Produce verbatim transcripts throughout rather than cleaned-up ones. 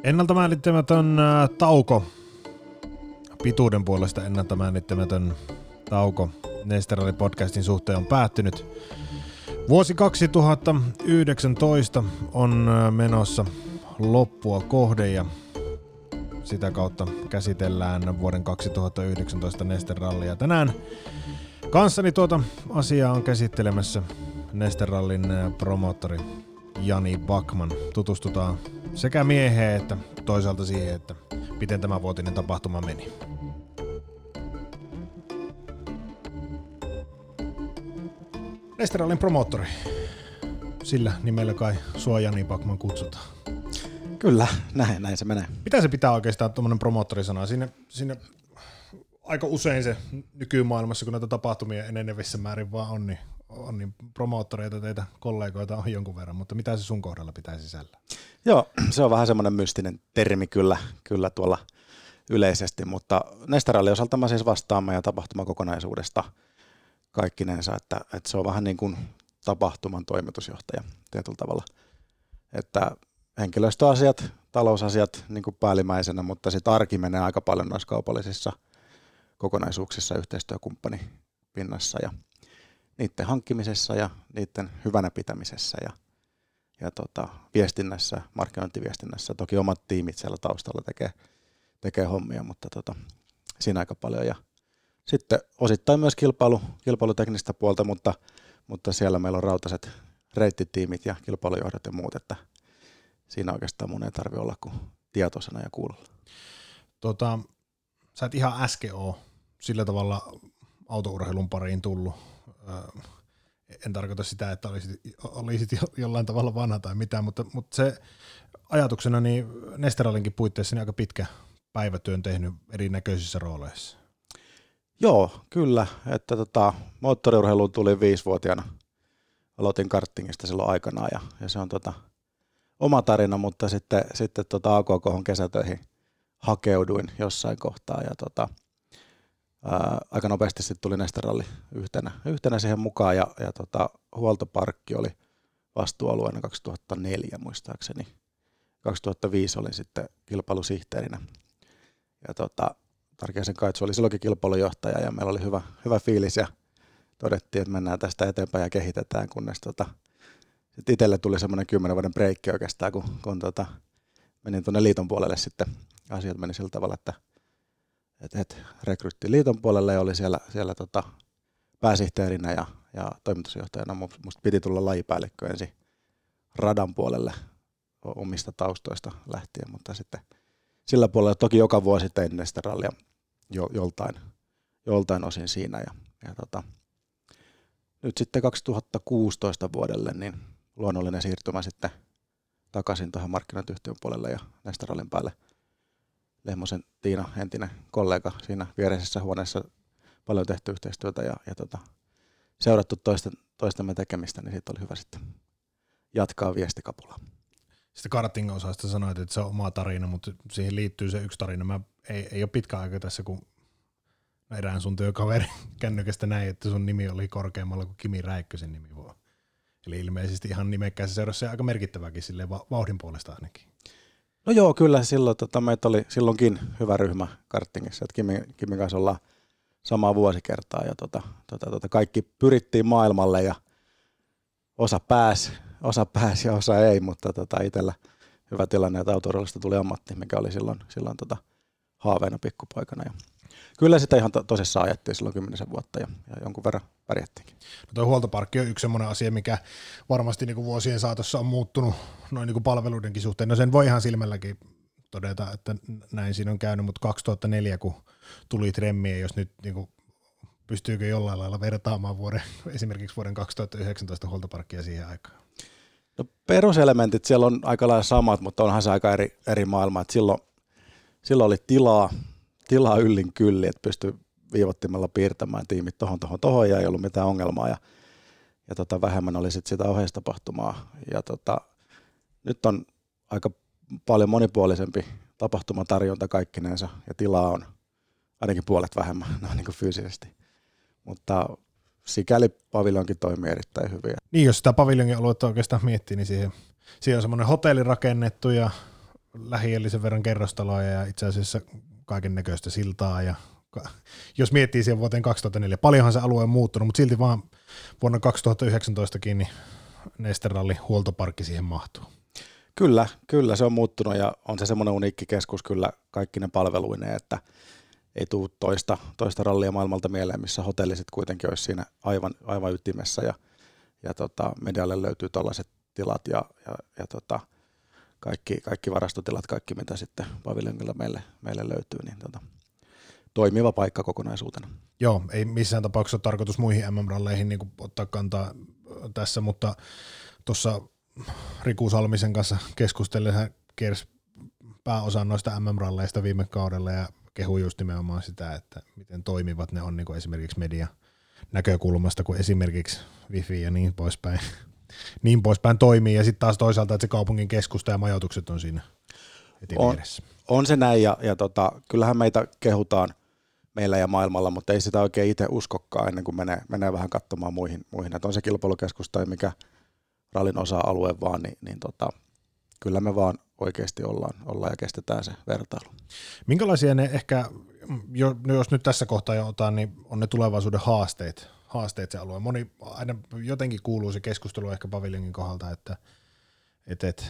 Ennalta määrittämätön äh, tauko, pituuden puolesta ennalta määrittämätön tauko Neste Rally podcastin suhteen on päättynyt. Vuosi kaksituhattayhdeksäntoista on äh, menossa loppua kohde ja sitä kautta käsitellään vuoden kaksituhattayhdeksäntoista Neste Rallia. Tänään kanssani tuota asiaa on käsittelemässä Neste Rallin äh, promoottori Jani Backman. Tutustutaan sekä mieheen että toisaalta siihen, että miten tämä vuotinen tapahtuma meni. Neste Rallin promoottori. Sillä nimellä kai sua Jani Backman kutsutaan. Kyllä, näin, näin se menee. Mitä se pitää oikeastaan tuommoinen promoottori-sana? Sinne, sinne aika usein se nykymaailmassa, kun näitä tapahtumia enenevissä määrin vaan on, niin on niin promoottoreita, teitä kollegoita on jonkun verran, mutta mitä se sun kohdalla pitää sisällä? Joo, se on vähän semmoinen mystinen termi kyllä, kyllä tuolla yleisesti, mutta Neste Rallin osalta mä siis vastaan meidän tapahtumakokonaisuudesta kaikkinensa, että, että se on vähän niin kuin tapahtuman toimitusjohtaja tietyllä tavalla, että henkilöstöasiat, talousasiat niin kuin päällimmäisenä, mutta sitten arki menee aika paljon noissa kaupallisissa kokonaisuuksissa yhteistyökumppanipinnassa ja niiden hankkimisessa ja niiden hyvänä pitämisessä ja, ja tota, viestinnässä, markkinointiviestinnässä. Toki omat tiimit siellä taustalla tekee, tekee hommia, mutta tota, siinä aika paljon. Ja sitten osittain myös kilpailu, kilpailuteknistä puolta, mutta, mutta siellä meillä on rautaiset reittitiimit ja kilpailujohdot ja muut, että siinä oikeastaan mun ei tarvitse olla kuin tietoisena ja kuulolla. Tota, sä et ihan äsken ole sillä tavalla autourheilun pariin tullut. En tarkoita sitä, että olisit, olisit jollain tavalla vanha tai mitään, mutta, mutta se ajatuksena niin Neste Rallinkin puitteissa niin aika pitkä päivätyön tehnyt erinäköisissä rooleissa. Joo, kyllä. Että tota, moottoriurheiluun tuli viisivuotiaana. Aloitin karttingista silloin aikanaan ja, ja se on tota, oma tarina, mutta sitten, sitten tota A K K:hon kesätöihin hakeuduin jossain kohtaa ja tota, ää, aika nopeasti sitten tuli Neste Ralli yhtenä, yhtenä siihen mukaan ja, ja tota, huoltoparkki oli vastuualueena kaksituhattaneljä muistaakseni. kaksituhattaviisi olin sitten kilpailusihteerinä ja tota, Tarkeisen Kaitsu oli silloinkin kilpailujohtaja ja meillä oli hyvä, hyvä fiilis ja todettiin, että mennään tästä eteenpäin ja kehitetään, kunnes tota, sitten itselle tuli semmoinen kymmenen vuoden breikki oikeastaan, kun, kun tota, menin tuonne liiton puolelle sitten. Asiat meni sillä tavalla, että et, et, rekryttiin liiton puolelle ja oli siellä, siellä tota, pääsihteerinä ja, ja toimitusjohtajana. Musta piti tulla lajipäällikkö ensin radan puolelle omista taustoista lähtien, mutta sitten sillä puolella toki joka vuosi tein Neste Rallia jo, joltain, joltain osin siinä. Ja, ja tota, nyt sitten kaksituhattakuusitoista vuodelle niin luonnollinen siirtymä sitten takaisin tuohon markkinointiyhtiön puolelle ja Neste Rallin päälle. Lehmosen Tiina, entinen kollega siinä viereisessä huoneessa, paljon tehty yhteistyötä ja, ja tota, seurattu toisten, toistemme tekemistä, niin siitä oli hyvä sitten jatkaa viestikapulaa. Sitten karting-osasta sanoit, että se on oma tarina, mutta siihen liittyy se yksi tarina. Mä ei, ei ole pitkä aika tässä, kun erään sun työkaverin kännykästä näin, että sun nimi oli korkeammalla kuin Kimi Räikkösen nimi voi. Eli ilmeisesti ihan nimekkäässä seurassa ja aika merkittäväkin silleen vauhdin puolesta ainakin. No joo, kyllä silloin tota, meitä oli silloinkin hyvä ryhmä kartingissa, että Kimi, Kimi kanssa ollaan samaa vuosikertaa ja tota, tota, tota, kaikki pyrittiin maailmalle ja osa pääsi, osa pääsi ja osa ei, mutta tota, itsellä hyvä tilanne, että autourheilusta tuli ammatti, mikä oli silloin, silloin tota, haaveena pikkupoikana. Ja kyllä sitä ihan to- tosissaan ajettiin silloin kymmenisen vuotta ja, ja jonkun verran pärjättiinkin. No tuo huoltoparkki on yksi semmoinen asia, mikä varmasti niin kuin vuosien saatossa on muuttunut noin niin kuin palveluidenkin suhteen. No sen voi ihan silmälläkin todeta, että näin siinä on käynyt, mutta kaksituhattaneljä kun tuli Tremmiä, jos nyt niin kuin pystyykö jollain lailla vertaamaan vuoden, esimerkiksi vuoden kaksituhattayhdeksäntoista huoltoparkkia siihen aikaan? No peruselementit siellä on aika lailla samat, mutta onhan se aika eri, eri maailma. Et silloin, silloin oli tilaa, tilaa yllin kylli, että pystyi viivottimella piirtämään tiimit tohon, tohon, tohon ja ei ollut mitään ongelmaa. Ja, ja tota, vähemmän oli sit sitä oheistapahtumaa. Ja tota, nyt on aika paljon monipuolisempi tapahtumatarjonta kaikkinensa ja tilaa on ainakin puolet vähemmän no, niin kuin fyysisesti. Mutta sikäli paviljonkin toimii erittäin hyvin. Niin, jos sitä paviljonkin aluetta oikeastaan miettii, niin siihen, siihen on semmoinen hotelli rakennettu ja lähiöllisen verran kerrostaloja ja itse asiassa kaiken näköistä siltaa. Ja jos miettii siihen vuoteen kaksituhattaneljä, paljonhan se alue on muuttunut, mutta silti vaan vuonna kaksituhattayhdeksäntoistakin niin Neste-ralli huoltoparkki siihen mahtuu. Kyllä, kyllä se on muuttunut ja on se semmoinen uniikki keskus kyllä kaikki ne palveluineen, että ei tule toista, toista rallia maailmalta mieleen, missä hotelliset kuitenkin olisi siinä aivan, aivan ytimessä ja, ja tota, medialle löytyy tällaiset tilat ja, ja, ja tota, kaikki, kaikki varastotilat, kaikki mitä sitten paviljongilla meille, meille löytyy, niin tota, toimiva paikka kokonaisuutena. Joo, ei missään tapauksessa ole tarkoitus muihin M M-ralleihin niin kuin ottaa kantaa tässä, mutta tuossa Riku Salmisen kanssa keskustellen hän kiersi pääosan noista M M-ralleista viime kaudella ja kehui just nimenomaan sitä, että miten toimivat ne on niin kuin esimerkiksi media näkökulmasta, kuin esimerkiksi wifi ja niin poispäin, niin poispäin toimii, ja sitten taas toisaalta, että se kaupungin keskusta ja majoitukset on siinä heti on, vieressä. On se näin, ja, ja tota, kyllähän meitä kehutaan meillä ja maailmalla, mutta ei sitä oikein itse uskokkaan ennen kuin menee, menee vähän katsomaan muihin, muihin. Että on se kilpailukeskus tai mikä rallin osa-alue vaan, niin, niin tota, kyllä me vaan oikeasti ollaan, ollaan ja kestetään se vertailu. Minkälaisia ne ehkä, jos nyt tässä kohtaa jo otan, niin on ne tulevaisuuden haasteet, haasteet se alue. Moni aina jotenkin kuuluu se keskustelu ehkä paviljongin kohdalta, että et, et,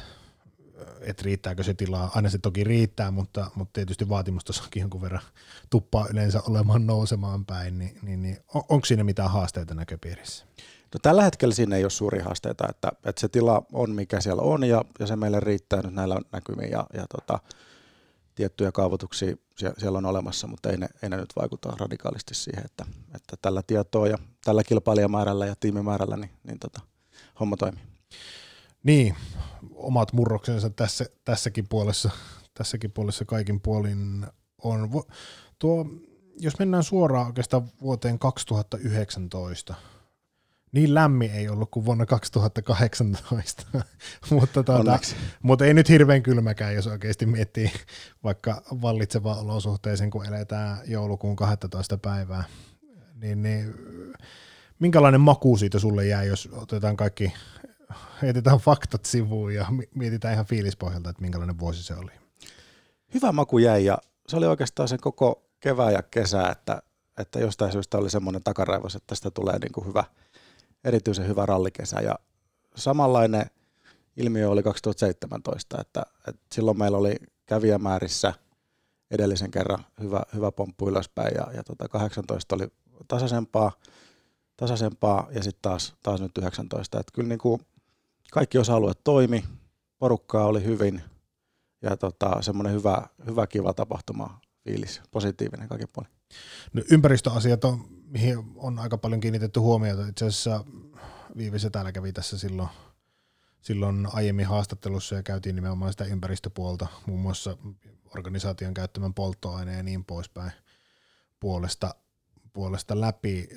et riittääkö se tilaa. Aina se toki riittää, mutta, mutta tietysti vaatimustasokin jonkun verran tuppaa yleensä olemaan nousemaan päin, niin, niin, niin on, onko siinä mitään haasteita näköpiirissä? No, tällä hetkellä siinä ei ole suuria haasteita, että, että se tila on mikä siellä on ja, ja se meille riittää nyt näillä näkymiin ja, ja tota, tiettyjä kaavoituksia siellä on olemassa, mutta ei ne, ei ne nyt vaikuta radikaalisti siihen, että, että tällä tietoa ja tällä kilpailijamäärällä ja tiimimäärällä niin, niin tota, homma toimii. Niin, omat murroksensa tässä, tässäkin, puolessa, tässäkin puolessa kaikin puolin on. Tuo, jos mennään suoraan oikeastaan vuoteen kaksituhattayhdeksäntoista, niin lämmin ei ollut kuin vuonna kaksituhattakahdeksantoista, mutta, tuota, mutta ei nyt hirveän kylmäkään, jos oikeasti miettii vaikka vallitsevaa olosuhteeseen, kun eletään joulukuun kaksitoista päivää. Niin, niin, minkälainen maku siitä sulle jää, jos otetaan kaikki, heitetään faktat sivuun ja mietitään ihan fiilispohjalta, että minkälainen vuosi se oli? Hyvä maku jäi ja se oli oikeastaan sen koko kevään ja kesä, että, että jostain syystä oli semmoinen takaraivos, että tästä tulee niin kuin hyvä, erityisen hyvä rallikesä ja samanlainen ilmiö oli kaksituhattaseitsemäntoista, että, että silloin meillä oli kävijämäärissä edellisen kerran hyvä, hyvä pomppu ylöspäin ja, ja tota kahdeksantoista oli tasaisempaa, tasaisempaa ja sitten taas, taas nyt yhdeksäntoista, että kyllä niin kuin kaikki osa-alueet toimi, porukkaa oli hyvin ja tota, semmoinen hyvä, hyvä kiva tapahtuma, fiilis, positiivinen kaikin puolin. No, ympäristöasiat on, mihin on aika paljon kiinnitetty huomiota. Itse asiassa Viivi täällä kävi tässä silloin, silloin aiemmin haastattelussa ja käytiin nimenomaan sitä ympäristöpuolta, muun muassa organisaation käyttämän polttoaineen ja niin poispäin puolesta, puolesta läpi.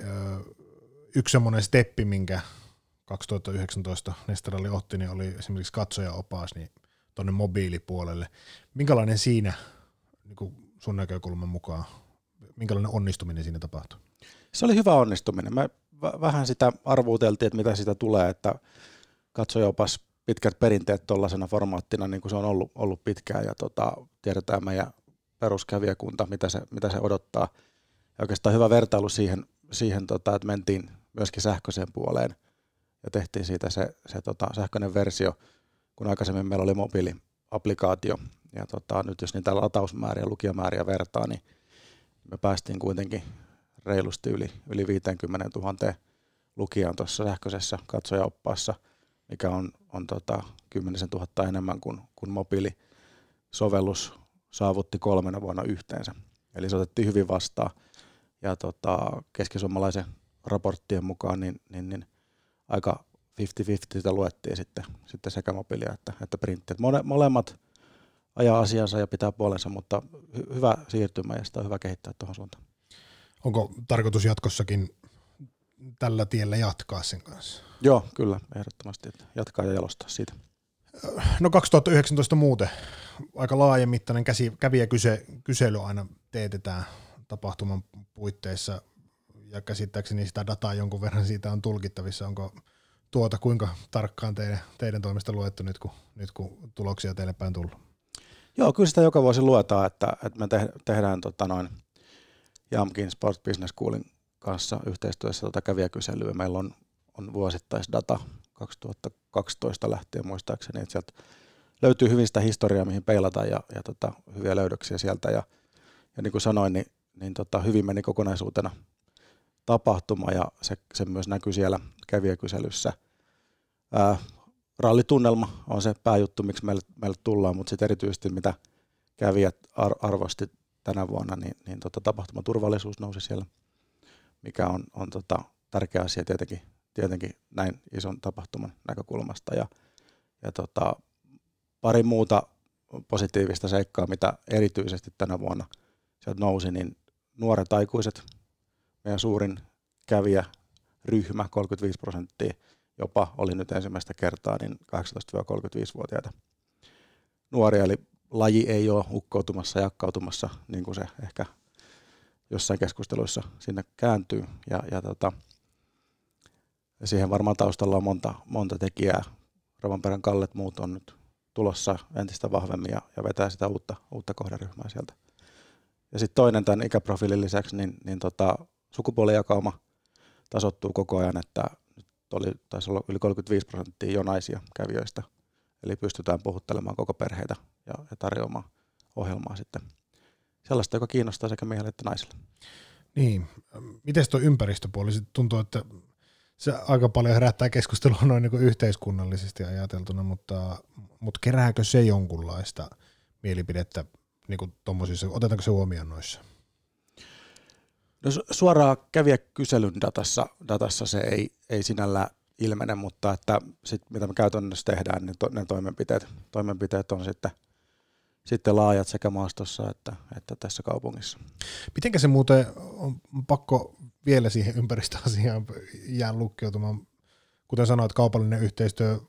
Yksi semmoinen steppi, minkä kaksituhattayhdeksäntoista Neste-ralli otti, niin oli esimerkiksi katsojaopas niin tuonne mobiilipuolelle. Minkälainen siinä niin kuin sun näkökulman mukaan, minkälainen onnistuminen siinä tapahtui? Se oli hyvä onnistuminen. Me v- vähän sitä arvuuteltiin, että mitä siitä tulee, että katsojaopas pitkät perinteet tuollaisena formaattina, niin kuin se on ollut, ollut pitkään, ja tota, tiedetään meidän peruskävijäkunta, mitä se, mitä se odottaa. Ja oikeastaan hyvä vertailu siihen, siihen tota, että mentiin myöskin sähköiseen puoleen, ja tehtiin siitä se, se tota, sähköinen versio, kun aikaisemmin meillä oli mobiiliaplikaatio, ja tota, nyt jos niitä latausmääriä ja lukijamääriä vertaa, niin me päästiin kuitenkin reilusti yli, yli viisikymmentätuhatta lukijaan tuossa sähköisessä katsojaoppaassa, mikä on, on tota, kymmenisen tuhatta enemmän kuin, kuin mobiilisovellus saavutti kolmena vuonna yhteensä. Eli se otettiin hyvin vastaan. Ja tota, keskisuomalaisen raporttien mukaan niin, niin, niin aika viisikymmentä viisikymmentä sitä luettiin sitten, sitten sekä mobiilia että, että printti. Mole, molemmat ajaa asiansa ja pitää puolensa, mutta hy, hyvä siirtymä ja sitä on hyvä kehittää tuohon suuntaan. Onko tarkoitus jatkossakin tällä tiellä jatkaa sen kanssa? Joo, kyllä, ehdottomasti. Että jatkaa ja jalostaa siitä. No kaksituhattayhdeksäntoista muuten aika laajemittainen kävijäkysely aina teetetään tapahtuman puitteissa ja käsittääkseni sitä dataa jonkun verran siitä on tulkittavissa. Onko tuota kuinka tarkkaan teidän, teidän toimesta luettu nyt kun, nyt kun tuloksia teille päin tullut? Joo, kyllä sitä joka vuosi luetaan, että, että me te, tehdään tota noin Jamkin Sport Business Schoolin kanssa yhteistyössä tota kävijäkyselyä. Meillä on, on vuosittaisdata kaksituhattakaksitoista lähtien muistaakseni, että sieltä löytyy hyvin sitä historiaa, mihin peilata ja, ja tota, hyviä löydöksiä sieltä. Ja, ja niin kuin sanoin, niin, niin tota, hyvin meni kokonaisuutena tapahtuma ja se, se myös näkyy siellä kävijäkyselyssä. Ää, rallitunnelma on se pääjuttu, miksi meille, meille tullaan, mutta sitten erityisesti mitä kävijät ar- arvosti tänä vuonna, niin, niin tota, tapahtuman turvallisuus nousi siellä, mikä on, on tota, tärkeä asia tietenkin, tietenkin näin ison tapahtuman näkökulmasta. Ja, ja tota, pari muuta positiivista seikkaa, mitä erityisesti tänä vuonna sieltä nousi, niin nuoret aikuiset, meidän suurin kävijäryhmä, kolmekymmentäviisi prosenttia jopa oli nyt ensimmäistä kertaa, niin kahdeksantoista–kolmekymmentäviisi-vuotiaita nuoria, eli laji ei ole ukkoutumassa ja jakkautumassa, niin kuin se ehkä jossain keskusteluissa sinne kääntyy. Ja, ja tota, siihen varmaan taustalla on monta, monta tekijää. Rovanperän Kallet muut on nyt tulossa entistä vahvemmin ja, ja vetää sitä uutta, uutta kohderyhmää sieltä. Ja sitten toinen tämän ikäprofiilin lisäksi, niin, niin tota, sukupuolijakauma tasoittuu koko ajan, että nyt oli, taisi olla yli kolmekymmentäviisi prosenttia jo naisia kävijöistä. Eli pystytään puhuttelemaan koko perheitä ja, ja tarjoamaan ohjelmaa sitten sellaista, joka kiinnostaa sekä miehelle että naiselle. Niin, miten tuo ympäristöpuoli? Sitten tuntuu, että se aika paljon herättää keskustelua noin niin kuin yhteiskunnallisesti ajateltuna, mutta, mutta kerääkö se jonkunlaista mielipidettä, niin kuin tommosissa, otetaanko se huomioon noissa? No suoraan kävijäkyselyn datassa, datassa se ei, ei sinällä ilmene, mutta että sit, mitä me käytännössä tehdään, niin to, ne toimenpiteet, toimenpiteet on sitten, sitten laajat sekä maastossa että, että tässä kaupungissa. Mitenkä se muuten on pakko vielä siihen ympäristöasiaan jää lukkiutumaan? Kuten sanoit, kaupallinen yhteistyö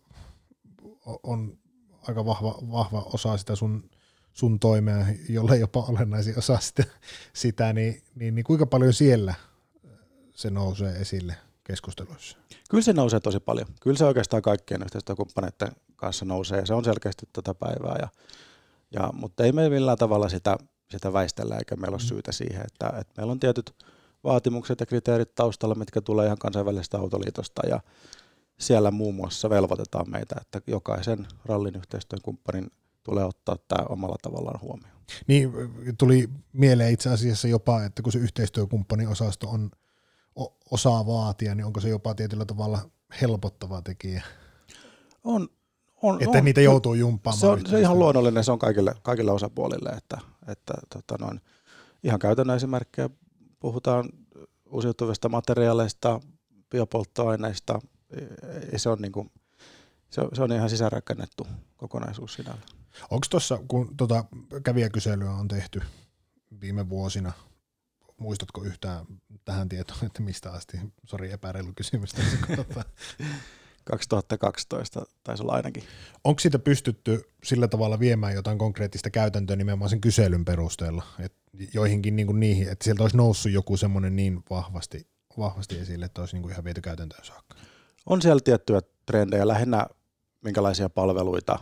on aika vahva, vahva osa sitä sun, sun toimea, jolle jopa olennaisin osa sitä, sitä niin, niin, niin kuinka paljon siellä se nousee esille keskusteluissa? Kyllä se nousee tosi paljon. Kyllä se oikeastaan kaikkien yhteistyökumppaneiden kanssa nousee ja se on selkeästi tätä päivää. Ja, ja, mutta ei me millään tavalla sitä, sitä väistellä eikä meillä ole syytä siihen, että, että meillä on tietyt vaatimukset ja kriteerit taustalla, mitkä tulee ihan kansainvälisestä autoliitosta ja siellä muun muassa velvoitetaan meitä, että jokaisen rallin yhteistyön kumppanin tulee ottaa tämä omalla tavallaan huomioon. Niin, tuli mieleen itse asiassa jopa, että kun se yhteistyökumppanin osasto on osaa vaatia, niin onko se jopa tietyllä tavalla helpottava tekijä? On. on että on. niitä joutuu jumppaamaan. Se on, se on ihan luonnollinen, se on kaikille, kaikille osapuolille, että, että tota noin, ihan käytännön esimerkkejä puhutaan uusiutuvista materiaaleista, biopolttoaineista, se on, niin kuin, se on, se on ihan sisäänrakennettu kokonaisuus sinällä. Onko tuossa, kun tuota kävijäkyselyä on tehty viime vuosina, muistatko yhtään tähän tietoon, että mistä asti, sori epäreilu kysymys tässä kohtaa. kaksituhattakaksitoista taisi olla ainakin. Onko siitä pystytty sillä tavalla viemään jotain konkreettista käytäntöä nimenomaan sen kyselyn perusteella, että joihinkin niin kuin niihin, että sieltä olisi noussut joku semmoinen niin vahvasti, vahvasti esille, että olisi niin kuin ihan viety käytäntöön saakka? On siellä tiettyjä trendejä, lähinnä minkälaisia palveluita,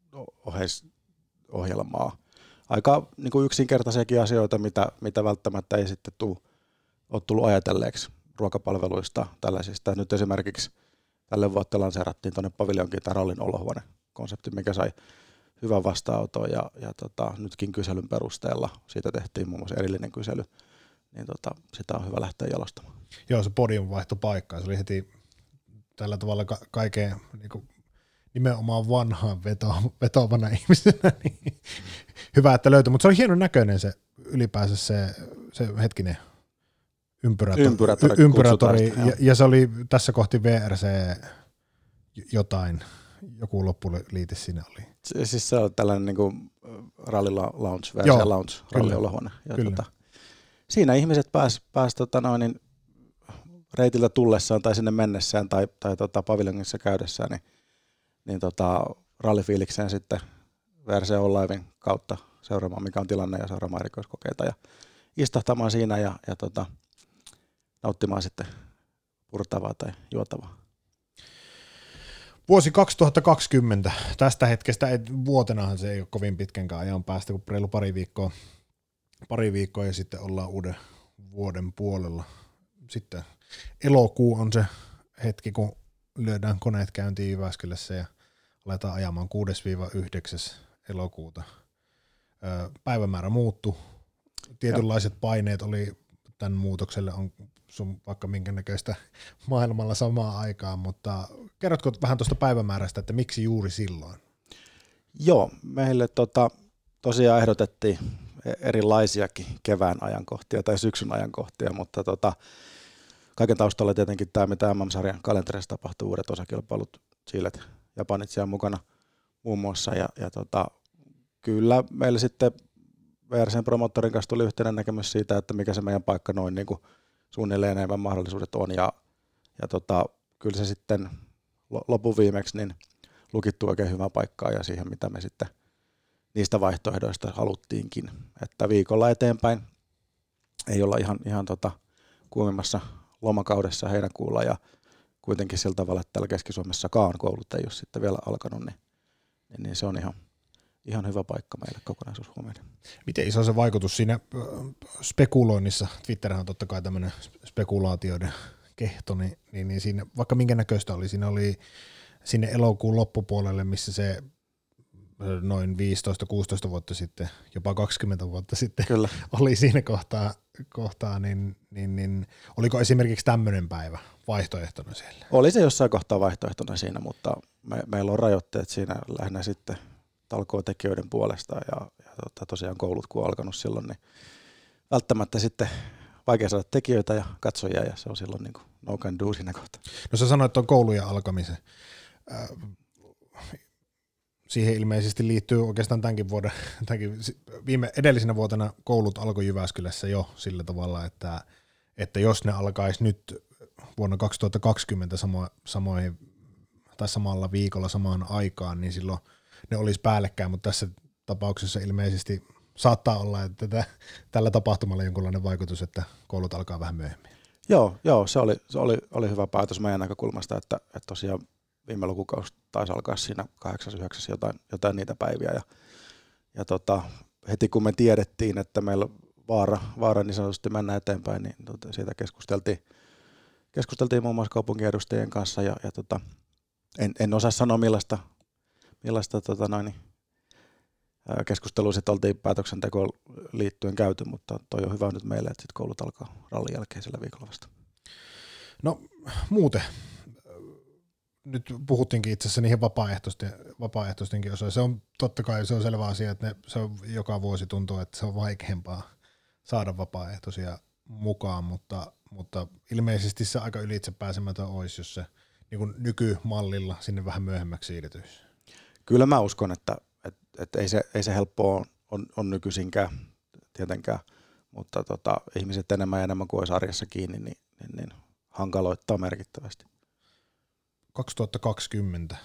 oheisohjelmaa. Aika niin kuin yksinkertaisiakin asioita, mitä, mitä välttämättä ei sitten tuu, ole tullut ajatelleeksi ruokapalveluista tällaisista. Nyt esimerkiksi tälle vuotta lanseerattiin tuonne paviljonkin tämä rallin olohuone-konsepti, mikä sai hyvän vastaanoton ja, ja tota, nytkin kyselyn perusteella siitä tehtiin muun muassa erillinen kysely, niin tota, sitä on hyvä lähteä jalostamaan. Joo, se podium vaihtoi paikkaa, se oli heti tällä tavalla ka- kaiken niin kuin nimenomaan vanhaan veto- vetovana ihmisenä, niin hyvä, että löytyi, mutta se oli hienon näköinen se ylipäänsä se, se hetkinen ympyrätori, ympyrätori, ympyrätori ja, ja se oli tässä kohti V R C jotain, joku loppuliite siinä oli. Se, siis se on tällainen niin kuin rally lounge, V R C lounge, ralliolohuone. Tota, siinä ihmiset pääs, pääs tota noin, niin reitiltä tullessaan tai sinne mennessään tai, tai tota, paviljongissa käydessään, niin, niin tota, rallifiilikseen sitten V R C Onliven kautta seuraamaan, mikä on tilanne ja seuraamaan erikoiskokeita ja istahtamaan siinä ja, ja tota, nauttimaan sitten purtavaa tai juotavaa. Vuosi kaksituhattakaksikymmentä. Tästä hetkestä, et, vuotenahan se ei ole kovin pitkänkään ajan päästä, kun reilu pari viikkoa, pari viikkoa ja sitten ollaan uuden vuoden puolella. Sitten elokuu on se hetki, kun lyödään koneet käyntiin Jyväskylässä ja aletaan ajamaan kuudesta yhdeksäs elokuuta. Päivämäärä muuttui. Tietynlaiset paineet oli tämän muutokselle, on sun vaikka minkä näköistä maailmalla samaan aikaan, mutta kerrotko vähän tuosta päivämäärästä, että miksi juuri silloin? Joo, meille tota, tosiaan ehdotettiin erilaisiakin kevään ajankohtia tai syksyn ajankohtia, mutta tota, kaiken taustalla tietenkin tämä, mitä M M-sarjan kalenterissa tapahtuu, uudet osakilpailut, Chilet, Japanit siellä mukana muun muassa, ja, ja tota, kyllä meille sitten V R C:n promottorin kanssa tuli yhteinen näkemys siitä, että mikä se meidän paikka noin niin kuin suunnilleen enemmän mahdollisuudet on, ja, ja tota, kyllä se sitten lopuviimeksi niin lukittu oikein hyvää paikkaa ja siihen, mitä me sitten niistä vaihtoehdoista haluttiinkin, että viikolla eteenpäin ei olla ihan, ihan tota kuumimmassa lomakaudessa heinäkuulla ja kuitenkin sillä tavalla, että täällä Keski-Suomessakaan koulut ei ole sitten vielä alkanut, niin, niin se on ihan, ihan hyvä paikka meille kokonaisuus huomioiden. Miten iso se vaikutus siinä spekuloinnissa, Twitterhän on totta kai tämmöinen spekulaatioiden kehto, niin, niin, niin siinä, vaikka minkä näköistä oli, siinä oli sinne elokuun loppupuolelle, missä se noin viisitoista kuusitoista vuotta sitten, jopa kaksikymmentä vuotta sitten Kyllä. oli siinä kohtaa, kohtaa niin, niin, niin oliko esimerkiksi tämmöinen päivä vaihtoehtona siellä? Oli se jossain kohtaa vaihtoehtona siinä, mutta me, meillä on rajoitteet siinä lähinnä sitten talkootekijöiden puolesta ja, ja tota, tosiaan koulut kun on alkanut silloin, niin välttämättä sitten vaikea saada tekijöitä ja katsojia ja se on silloin niin kuin no can do siinä kohtaa. No sä sanoit tuon koulujen alkamisen. Äh, Siihen ilmeisesti liittyy oikeastaan tämänkin vuoden, tämänkin viime edellisenä vuotena koulut alkoi Jyväskylässä jo sillä tavalla, että, että jos ne alkaisi nyt vuonna kaksituhattakaksikymmentä samo, samoihin, tai samalla viikolla samaan aikaan, niin silloin ne olisi päällekkäin, mutta tässä tapauksessa ilmeisesti saattaa olla, että tätä, tällä tapahtumalla jonkunlainen vaikutus, että koulut alkaa vähän myöhemmin. Joo, joo se, oli, se oli, oli hyvä päätös meidän näkökulmasta, että, että tosiaan viime lukukausi taisi alkaa siinä kahdeksas yhdeksäs jotain, jotain niitä päiviä. Ja, ja tota, heti kun me tiedettiin, että meillä vaara, vaara niin sanotusti mennä eteenpäin, niin tota, siitä keskusteltiin, keskusteltiin muun muassa kaupunkiedustajien kanssa. Ja, ja tota, en, en osaa sanoa millaista, millaista tota noin, keskustelua sitten oltiin päätöksentekoon liittyen käyty, mutta toi on hyvä nyt meille, että sit koulut alkaa rallin jälkeisellä viikolla vasta. No muuten. Nyt puhuttiinkin itse asiassa niihin vapaaehtoisten, vapaaehtoistenkin osa. Se on totta kai se on selvä asia, että ne, se on, joka vuosi tuntuu, että se on vaikeampaa saada vapaaehtoisia mukaan, mutta, mutta ilmeisesti se aika ylitse pääsemätön olisi, jos se niin kuin nykymallilla sinne vähän myöhemmäksi siirtyisi. Kyllä mä uskon, että, että, että ei, se, ei se helppoa on, on, on nykyisinkään tietenkään, mutta tota, ihmiset enemmän ja enemmän kuin olisi arjessa kiinni, niin, niin, niin hankaloittaa merkittävästi. kaksituhattakaksikymmentä.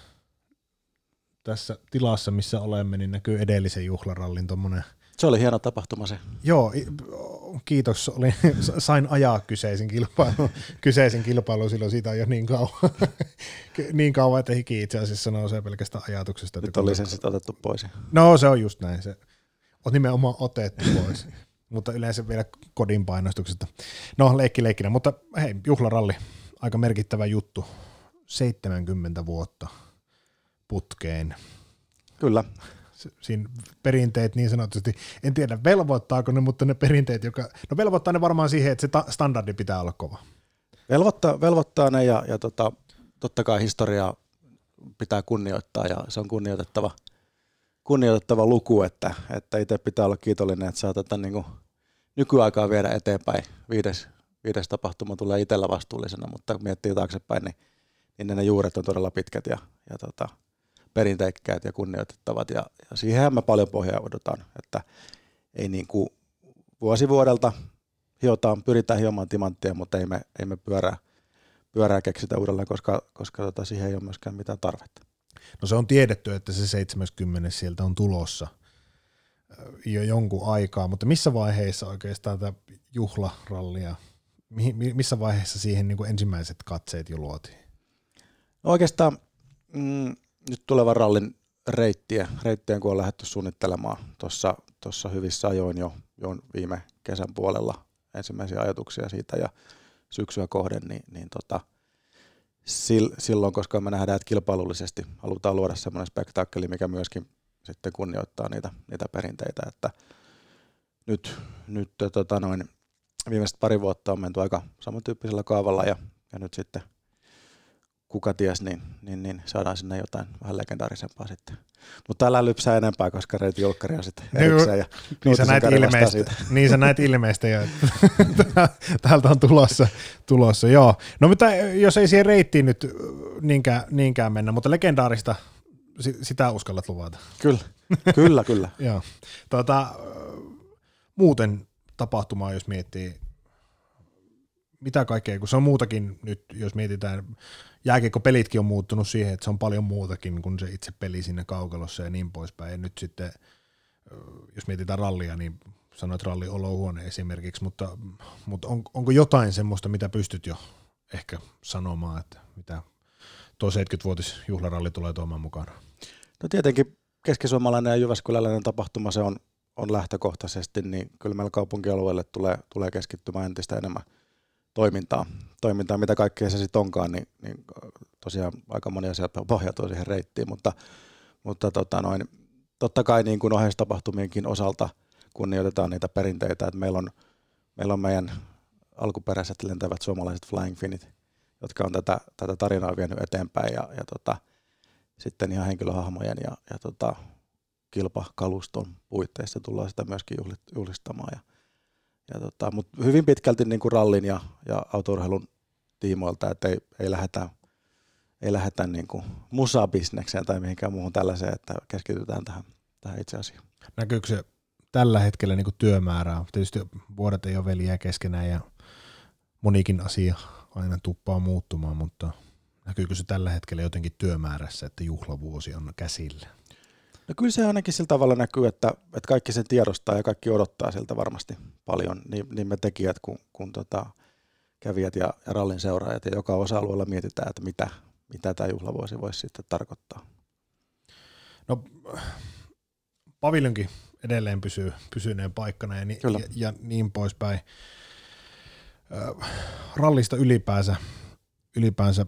Tässä tilassa, missä olemme, niin näkyy edellisen juhlarallin tommonen. Se oli hieno tapahtuma se. Joo, kiitos. Olin, sain ajaa kyseisen kilpailun, kyseisen kilpailun silloin siitä on jo niin kauan, niin kauan että hiki itse asiassa nousee pelkästään ajatuksesta. Nyt oli sen sitten otettu pois. No se on just näin. Se on nimenomaan otettu pois, mutta yleensä vielä kodin painostuksesta. No leikki leikkinä, mutta hei, juhlaralli, aika merkittävä juttu. seitsemänkymmentä vuotta putkeen. Kyllä. Siinä perinteet niin sanotusti, en tiedä velvoittaako ne, mutta ne perinteet, joka, no velvoittaa ne varmaan siihen, että se ta- standardi pitää olla kova. Velvoittaa, velvoittaa ne ja, ja tota, totta kai historiaa pitää kunnioittaa ja se on kunnioitettava, kunnioitettava luku, että, että itse pitää olla kiitollinen, että saa tätä niin kuin nykyaikaa viedä eteenpäin. Viides, viides tapahtuma tulee itsellä vastuullisena, mutta kun miettii taaksepäin, niin niin ne juuret on todella pitkät ja, ja tota, perinteikkäät ja kunnioitettavat ja, ja siihen me paljon pohjaudutaan, että ei niin kuin vuosi vuodelta hiotaan, pyritään hiomaan timanttia, mutta ei me, ei me pyörää, pyörää keksitä uudelleen, koska, koska tota, siihen ei ole myöskään mitään tarvetta. No se on tiedetty, että se seitsemänkymmentä sieltä on tulossa jo jonkun aikaa, mutta missä vaiheessa oikeastaan tämä juhlarallia, missä vaiheessa siihen niin kuin ensimmäiset katseet jo luotiin? No oikeastaan mm, nyt tulevan rallin reittiä, reittien kun on lähdetty suunnittelemaan tuossa tuossa hyvissä ajoin jo, jo viime kesän puolella ensimmäisiä ajatuksia siitä ja syksyä kohden, niin, niin tota, silloin, koska me nähdään, että kilpailullisesti halutaan luoda semmoinen spektaakkeli, mikä myöskin sitten kunnioittaa niitä, niitä perinteitä, että nyt, nyt tota noin, viimeiset pari vuotta on menty aika samantyyppisellä kaavalla ja, ja nyt sitten kuka ties, niin, niin, niin saadaan sinne jotain vähän legendaarisempaa sitten. Mutta älä lypsää enempää, koska Reiti Julkkari on sitten erikseen. Ja niin, sä näet ilmeistä, niin sä näet ilmeistä jo, että täältä on tulossa, tulossa, joo. No mutta jos ei siihen reittiin nyt niinkään, niinkään mennä, mutta legendaarista sitä uskallat luvata. Kyllä, kyllä, kyllä. Joo. Tuota, muuten tapahtumaa, jos miettii, mitä kaikkea, kun se on muutakin nyt, jos mietitään, jääkiekkopelitkin on muuttunut siihen, että se on paljon muutakin kuin se itse peli sinne kaukalossa ja niin poispäin. Ja nyt sitten, jos mietitään rallia, niin sanoit ralli olohuone esimerkiksi, mutta, mutta on, onko jotain semmoista, mitä pystyt jo ehkä sanomaan, että mitä tuo seitsemänkymmenvuotisjuhlaralli tulee tuomaan mukana? No tietenkin keskisuomalainen ja jyväskyläläinen tapahtuma se on, on lähtökohtaisesti, niin kyllä meillä kaupunkialueelle tulee, tulee keskittymään entistä enemmän toimintaa, toimintaa mitä kaikkea se sitten onkaan, niin, niin tosiaan aika moni asia pohjautuu siihen reittiin, mutta, mutta tota noin, totta kai niin kuin oheistapahtumienkin osalta kunnioitetaan niitä perinteitä, että meillä on, meillä on meidän alkuperäiset lentävät suomalaiset Flying Finit, jotka on tätä, tätä tarinaa vienyt eteenpäin ja, ja tota, sitten ihan henkilöhahmojen ja, ja tota, kilpakaluston puitteissa tullaan sitä myöskin juhlistamaan. Ja, ja tota, mutta hyvin pitkälti niin kuin rallin ja, ja autourheilun tiimoilta, että ei, ei lähdetä, ei lähdetä niin kuin musabisnekseen tai mihinkään muuhun tällaiseen, että keskitytään tähän, tähän itse asiaan. Näkyykö se tällä hetkellä niin kuin työmäärää? Tietysti vuodet ei ole veljiä keskenään ja monikin asia aina tuppaa muuttumaan, mutta näkyykö se tällä hetkellä jotenkin työmäärässä, että juhlavuosi on käsillä? No kyllä se ainakin sillä tavalla näkyy, että, että kaikki sen tiedostaa ja kaikki odottaa siltä varmasti paljon, niin, niin me tekijät kuin, kuin tota, kävijät ja, ja rallin seuraajat, ja joka osa-alueella mietitään, että mitä, mitä tämä juhlavuosi voisi sitten tarkoittaa. No paviljonkin edelleen pysyy pysyneen paikkana ja, ni, ja, ja niin poispäin. Äh, rallista ylipäänsä, ylipäänsä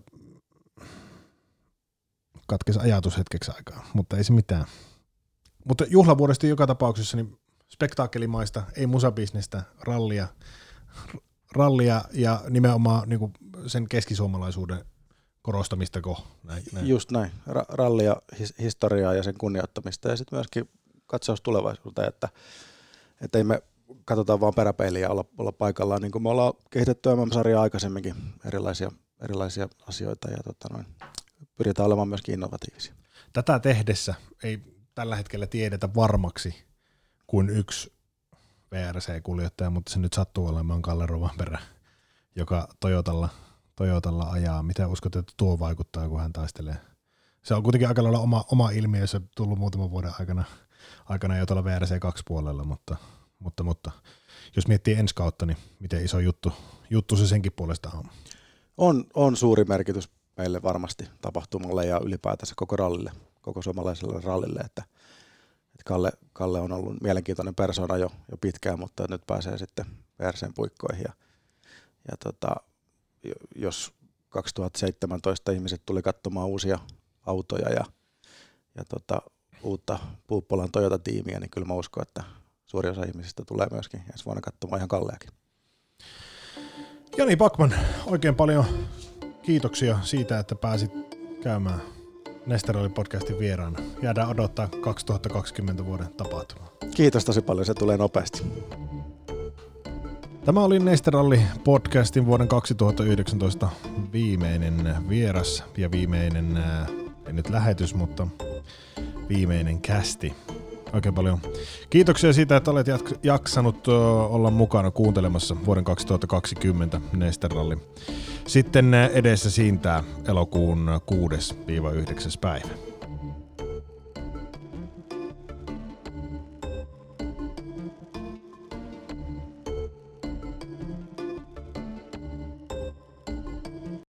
katkesi ajatus hetkeksi aikaa, mutta ei se mitään. Mutta juhlavuodesta joka tapauksessa niin spektaakkelimaista, ei musabisnestä, rallia, rallia ja nimenomaan niin kuin sen keskisuomalaisuuden korostamistako. Näin, näin. Just näin, Ra- rallia, his- historiaa ja sen kunnioittamista ja sitten myöskin katsaus tulevaisuuteen, että, että ei me katsotaan vaan peräpeiliä ja olla, olla paikallaan, niin kuin me ollaan kehitetty M M-sarjaa aikaisemminkin erilaisia, erilaisia asioita ja tota noin, pyritään olemaan myöskin innovatiivisia. Tätä tehdessä ei tällä hetkellä tiedetä varmaksi kuin yksi V R C-kuljettaja, mutta se nyt sattuu olemaan Kalle Rovanperä, joka Toyotalla, Toyotalla ajaa. Mitä uskot, että tuo vaikuttaa, kun hän taistelee? Se on kuitenkin aika lailla oma, oma ilmiö, se on tullut muutaman vuoden aikana, aikana jo tuolla V R C kaksi puolella, mutta, mutta, mutta jos miettii ensi kautta, niin miten iso juttu, juttu se senkin puolesta on? On, on suuri merkitys meille varmasti tapahtumalle ja ylipäätänsä koko rallille, koko suomalaiselle rallille, että, että Kalle, Kalle on ollut mielenkiintoinen persona jo, jo pitkään, mutta nyt pääsee sitten V R C:n puikkoihin ja, ja tota, jos kaksituhattaseitsemäntoista ihmiset tuli katsomaan uusia autoja ja, ja tota, uutta Puuppolan Toyota-tiimiä, niin kyllä mä uskon, että suuri osa ihmisistä tulee myöskin ensi vuonna katsomaan ihan Kalleakin. Jani Backman, oikein paljon kiitoksia siitä, että pääsit käymään Neste-Ralli-podcastin vieraana. Jäädään odottaa kaksituhattakaksikymmentä vuoden tapahtumaa. Kiitos tosi paljon, se tulee nopeasti. Tämä oli Neste-Ralli-podcastin vuoden kaksituhattayhdeksäntoista viimeinen vieras ja viimeinen, ei nyt lähetys, mutta viimeinen kästi. Oikein paljon kiitoksia siitä, että olet jaksanut olla mukana kuuntelemassa vuoden kaksituhattakaksikymmentä Neste-Ralli. Sitten edessä siintää elokuun kuudes yhdeksäs päivä.